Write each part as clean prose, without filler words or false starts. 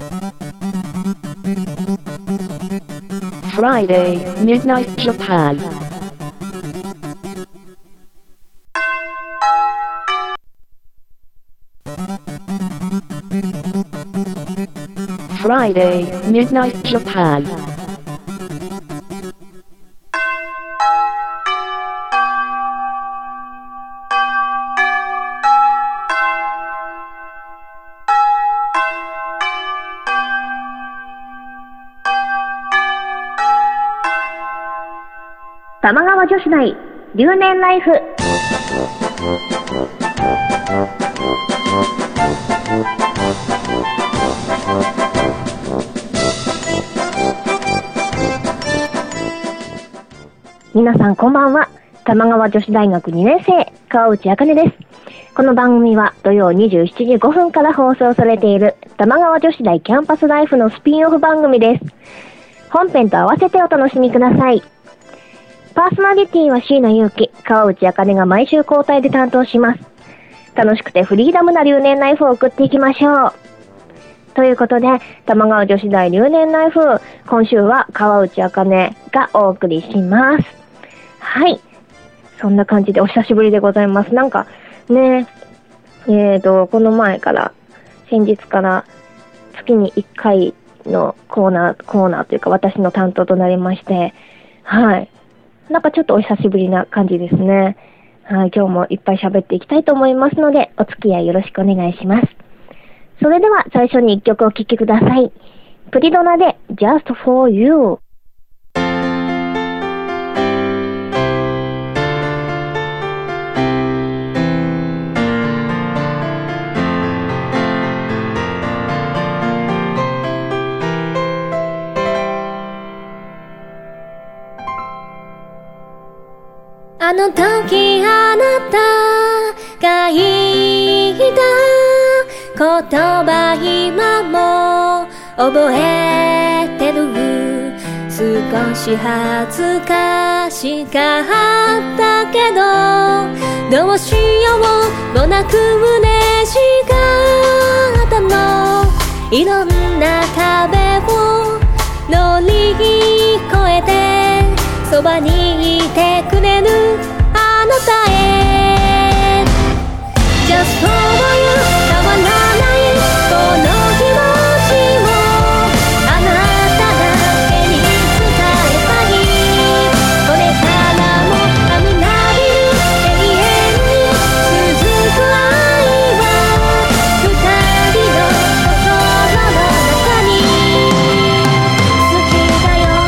Friday, Midnight Japan. Friday, Midnight Japan. 玉川女子大留年ライフ。皆さんこんばんは。玉川女子大学2年生川内茜です。この番組は土曜27時5分から放送されている玉川女子大キャンパスライフのスピンオフ番組です。本編と合わせてお楽しみください。パーソナリティは椎名優樹、川内茜が毎週交代で担当します。楽しくてフリーダムな留年ライフを送っていきましょう。ということで、玉川女子大留年ライフ、今週は川内茜がお送りします。はい。そんな感じでお久しぶりでございます。なんかね、この前から、先日から月に1回のコーナーというか私の担当となりまして、はい。なんかちょっとお久しぶりな感じですね。はい、今日もいっぱい喋っていきたいと思いますので、お付き合いよろしくお願いします。それでは最初に1曲お聴きください。プリドナで Just for You。 あの時あなたが言った言葉今も覚えてる。少し恥ずかしかったけどどうしようもなく嬉しかったの。いろんな壁を乗り越えてそばにいてくれるあなたへ Just for you 変わらないこの気持ちをあなただけに伝えたい。これからもあみなびる永遠に続く愛は二人の心の中に好きだよ。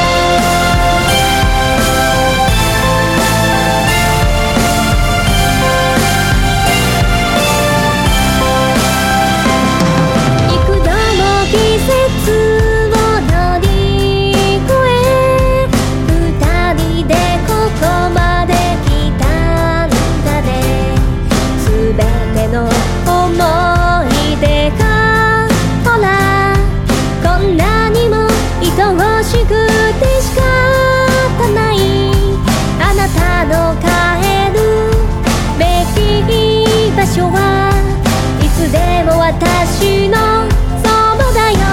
いつでも私のそばだよ。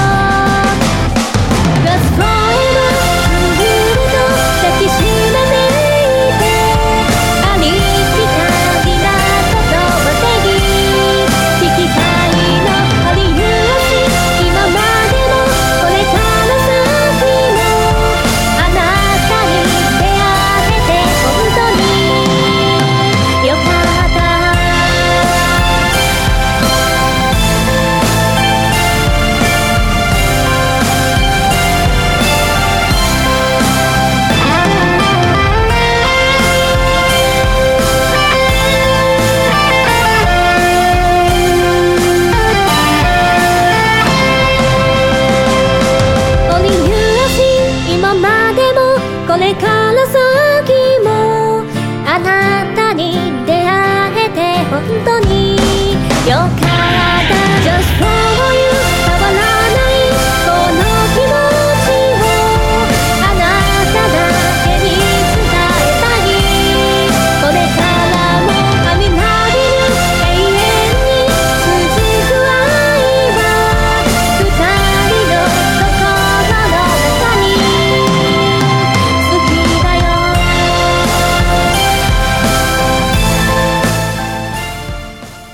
Just forever ずっと抱きしめていてありきたりな言葉で聞きたいのありゆし今までもこれから先もあなたに出会えて本当によかった。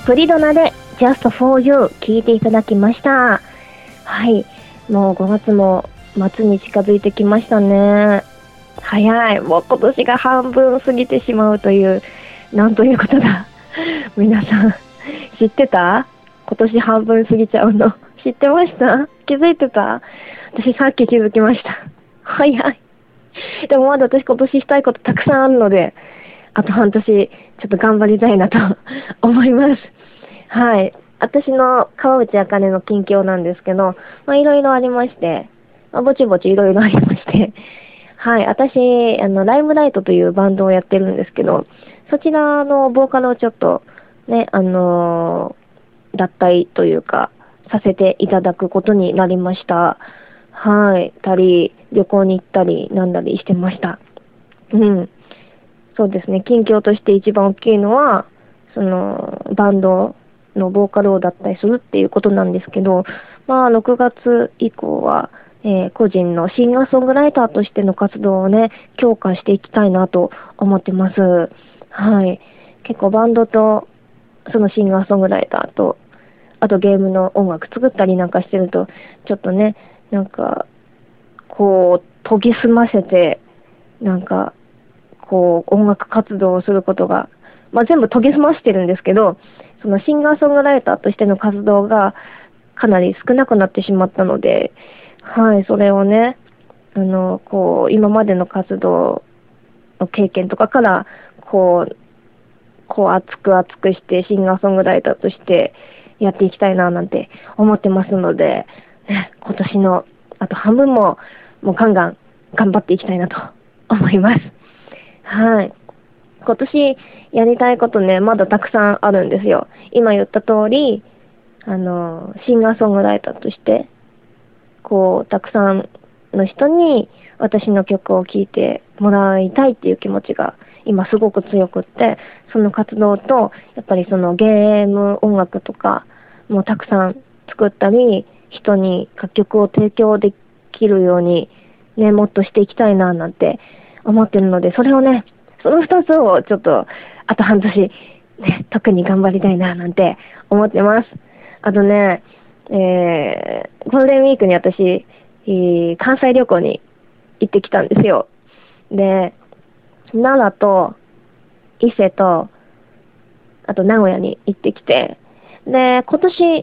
プリドナで Just for You 聴いていただきました。はい。もう5月も末に近づいてきましたね。早い。もう今年が半分過ぎてしまうという、なんということだ。皆さん、知ってた？今年半分過ぎちゃうの。知ってました？気づいてた？私さっき気づきました。早い。でもまだ私今年したいことたくさんあるので、あと半年ちょっと頑張りたいなと思います。はい。私の川内茜の近況なんですけど、いろいろありまして、ぼちぼちいろいろありまして、はい。私、ライムライトというバンドをやってるんですけど、そちらのボーカルをちょっと、ね、脱退というか、させていただくことになりました。はい。旅行に行ったり、なんだりしてました。うん。そうですね。近況として一番大きいのは、バンドのボーカルを脱退するっていうことなんですけど、6月以降は、個人のシンガーソングライターとしての活動をね、強化していきたいなと思ってます。はい。結構バンドと、そのシンガーソングライターと、あとゲームの音楽作ったりなんかしてると、ちょっとね、なんか、こう、研ぎ澄ませて、なんか、こう、音楽活動をすることが、全部研ぎ澄ましてるんですけど、そのシンガーソングライターとしての活動がかなり少なくなってしまったので、はい、それをね、こう、今までの活動の経験とかから、こう熱くしてシンガーソングライターとしてやっていきたいななんて思ってますので、ね、今年のあと半分もガンガン頑張っていきたいなと思います。はい。今年やりたいことね、まだたくさんあるんですよ。今言った通り、シンガーソングライターとして、こう、たくさんの人に私の曲を聴いてもらいたいっていう気持ちが今すごく強くって、その活動と、やっぱりそのゲーム音楽とかもたくさん作ったり、人に楽曲を提供できるようにね、もっとしていきたいななんて思ってるので、それをね、その二つをちょっと、あと半年、ね、特に頑張りたいななんて思ってます。あとね、ゴールデンウィークに私、関西旅行に行ってきたんですよ。で、奈良と伊勢と、あと名古屋に行ってきて、で、今年、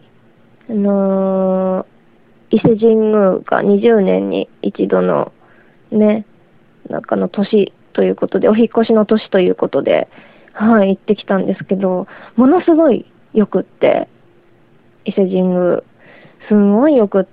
伊勢神宮が20年に一度のね、年ということで、お引っ越しの年ということで、はい、行ってきたんですけど、ものすごい良くって、伊勢神宮、すんごい良くって、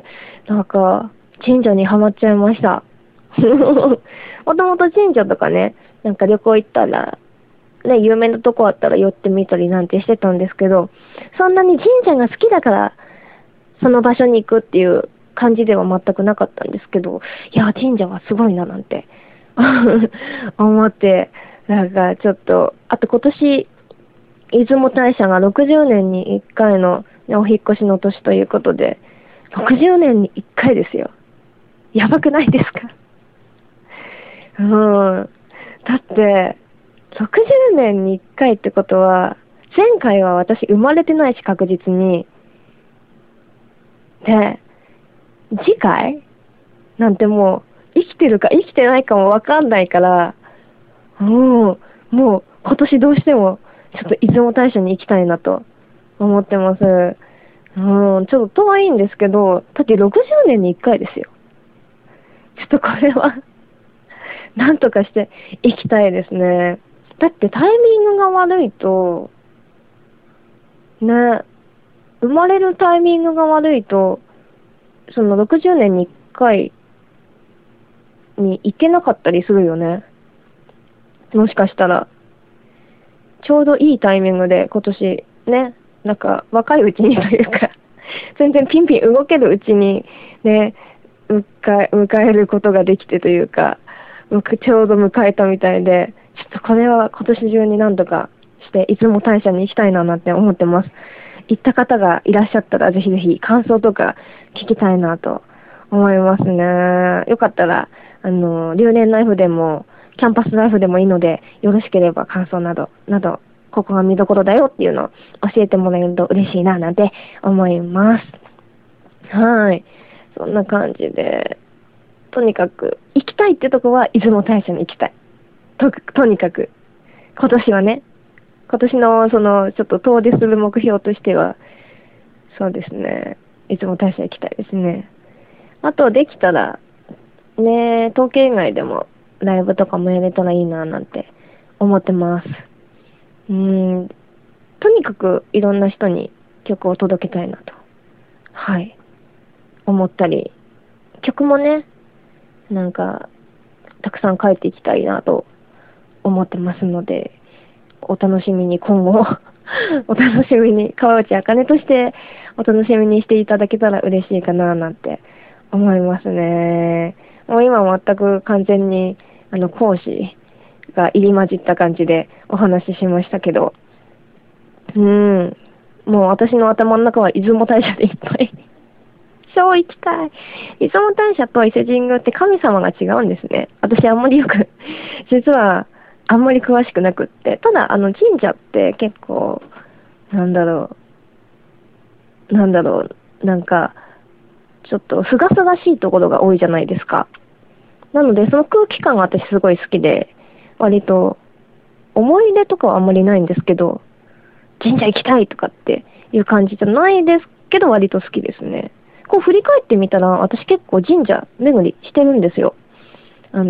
神社にハマっちゃいました。もともと神社とかね、旅行行ったら、ね、有名なとこあったら寄ってみたりなんてしてたんですけど、そんなに神社が好きだから、その場所に行くっていう感じでは全くなかったんですけど、いや、神社はすごいななんて思って、ちょっと、あと今年、出雲大社が60年に1回の、ね、お引っ越しの年ということで、60年に1回ですよ。やばくないですか？だって、60年に1回ってことは、前回は私生まれてないし確実に。で、次回なんてもう、生きてるか生きてないかもわかんないから、もう今年どうしても、ちょっと出雲大社に行きたいなと思ってます。ちょっと遠いんですけど、だって60年に1回ですよ。ちょっとこれは、なんとかして行きたいですね。だってタイミングが悪いと、ね、生まれるタイミングが悪いと、その60年に1回に行けなかったりするよね。もしかしたら。ちょうどいいタイミングで今年ね、若いうちにというか、全然ピンピン動けるうちにね、迎えることができてというか、ちょうど迎えたみたいで、ちょっとこれは今年中に何とかして、出雲大社に行きたいななんて思ってます。行った方がいらっしゃったらぜひぜひ感想とか聞きたいなと思いますね。よかったら、留年ライフでも、キャンパスライフでもいいので、よろしければ感想など、 ここが見どころだよっていうのを教えてもらえると嬉しいななんて思います。はい。そんな感じで、とにかく行きたいってとこは出雲大社に行きたい。とにかく。今年はね、今年のちょっと遠出する目標としては、そうですね、出雲大社行きたいですね。あとできたら、ね、東京以外でもライブとかもやれたらいいななんて思ってます。とにかくいろんな人に曲を届けたいなと、はい、思ったり、曲もね、なんか、たくさん書いていきたいなと思ってますので、お楽しみに今後、お楽しみに、川内茜としてお楽しみにしていただけたら嬉しいかななんて思いますね。もう今全く完全に、講師が入り混じった感じでお話ししましたけど、もう私の頭の中は出雲大社でいっぱい。超行きたい。出雲大社と伊勢神宮って神様が違うんですね。私あんまり実はあんまり詳しくなくって。ただ神社って結構、なんか、ちょっとすがすがしいところが多いじゃないですか。なのでその空気感が私すごい好きで、割と思い出とかはあんまりないんですけど、神社行きたいとかっていう感じじゃないですけど割と好きですね。こう振り返ってみたら、私結構神社巡りしてるんですよ。九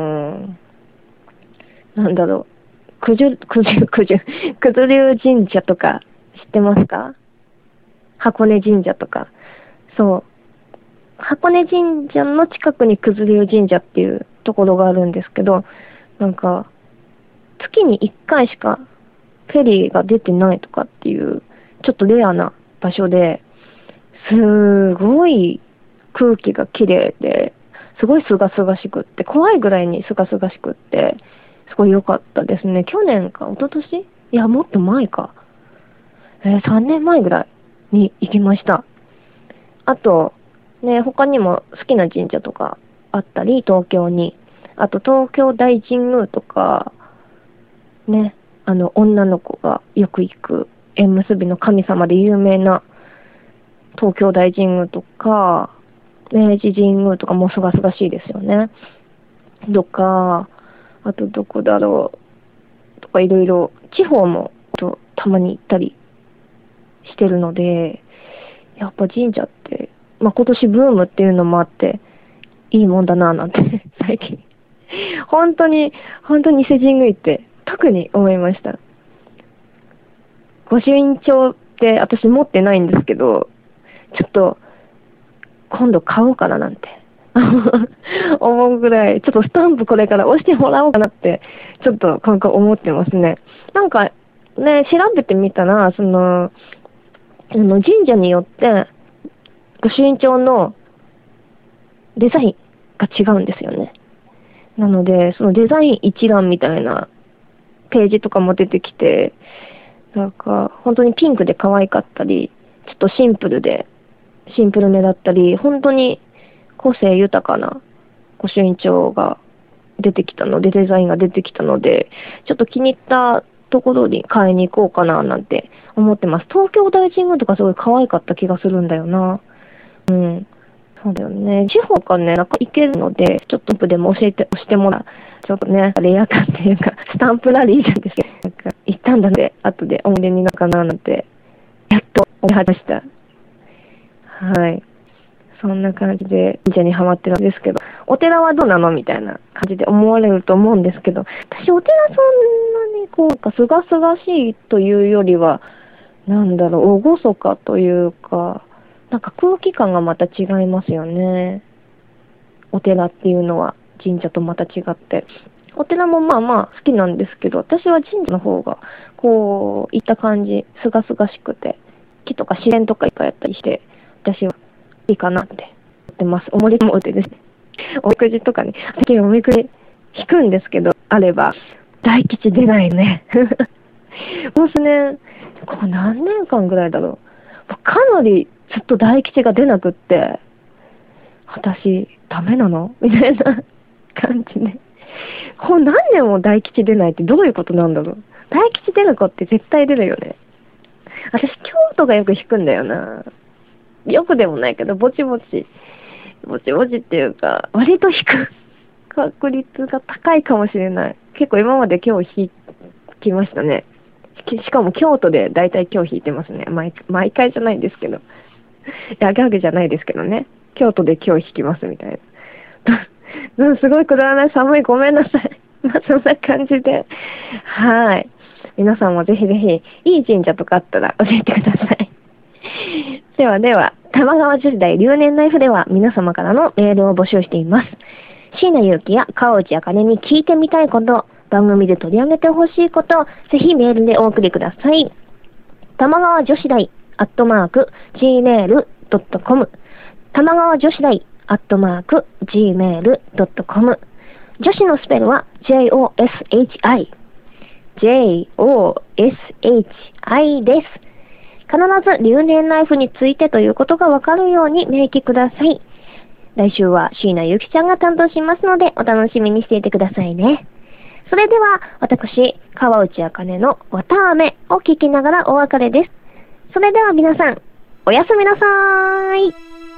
龍神社とか知ってますか？箱根神社とか。そう。箱根神社の近くに九龍神社っていうところがあるんですけど、なんか、月に1回しかフェリーが出てないとかっていう、ちょっとレアな場所で、すごい空気が綺麗で、すごいすがすがしくって、怖いぐらいにすがすがしくって、すごい良かったですね。去年か、一昨年？いや、もっと前か。3年前ぐらいに行きました。あと、ね、他にも好きな神社とかあったり、東京に。あと、東京大神宮とか、ね、女の子がよく行く縁結びの神様で有名な東京大神宮とか、明治神宮とかもすがすがしいですよね。とか、あとどこだろうとかいろいろ、地方もたまに行ったりしてるので、やっぱ神社って、今年ブームっていうのもあって、いいもんだなぁなんて、最近。本当に伊勢神宮行って特に思いました。御朱印帳って私持ってないんですけど、ちょっと今度買おうかななんて思うぐらい、ちょっとスタンプこれから押してもらおうかなってちょっと今回思ってますね。なんかね、調べてみたら、神社によって御朱印帳のデザインが違うんですよね。なのでそのデザイン一覧みたいなページとかも出てきて、なんか本当にピンクで可愛かったり、ちょっとシンプルめだったり、本当に個性豊かな御朱印帳が出てきたので、デザインが出てきたので、ちょっと気に入ったところに買いに行こうかななんて思ってます。東京大神宮とかすごい可愛かった気がするんだよな。そうだよね。地方からね、なんか行けるので、ちょっとアップでも押してもらう。ちょっとね、レア感っていうか、スタンプラリーじゃんですよ。なんか行ったんだね、後で思い出になるかななんて、やっと思いました。はい。そんな感じで神社にハマってるんですけど、お寺はどうなのみたいな感じで思われると思うんですけど、私お寺そんなにすがすがしいというよりは、厳かというか、なんか空気感がまた違いますよね。お寺っていうのは神社とまた違って。お寺もまあまあ好きなんですけど、私は神社の方が、行った感じ、すがすがしくて、木とか自然とかいっぱいやったりして、私はいいかなって思ってます。お守りも打ってですね。おみくじとかね、最近おみくじ引くんですけど、あれば、大吉出ないね。もう何年間ぐらいだろう。かなりずっと大吉が出なくって、私、ダメなのみたいな感じで。何年も大吉出ないってどういうことなんだろう。 大吉出る子って絶対出るよね。私、京都がよく引くんだよな。よくでもないけど、ぼちぼちっていうか、割と引く確率が高いかもしれない。結構今まで今日引きましたね。しかも京都で大体今日引いてますね。毎回じゃないんですけど。いや、ギャグじゃないですけどね。京都で今日引きますみたいな。すごいくだらない、寒い、ごめんなさい。まあ、そんな感じで。はい。皆さんもぜひぜひ、いい神社とかあったら教えてください。では、玉川女子大留年ライフでは皆様からのメールを募集しています。椎名祐希や川内茜に聞いてみたいこと、番組で取り上げてほしいこと、ぜひメールでお送りください。玉川女子大@gmail.com 玉川女子大@gmail.com 女子のスペルは JOSHI です。必ず留年ライフについてということがわかるように明記ください。来週は椎名ゆきちゃんが担当しますのでお楽しみにしていてくださいね。それでは私、川内茜のわたあめを聞きながらお別れです。それでは皆さん、おやすみなさーい。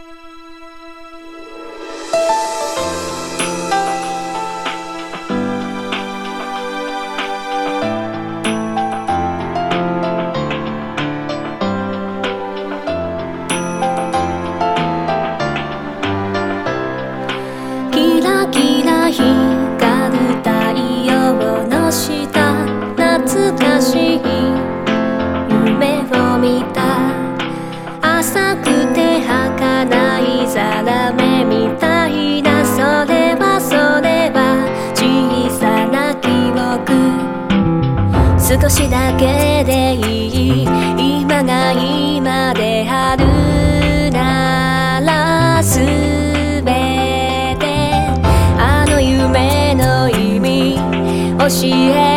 キラキラ光る太陽の下、懐かしい夢を見た。浅くて儚いザラメみたいな、それは小さな記憶。少しだけでいい、今が今であるならすべて、あの夢の意味教え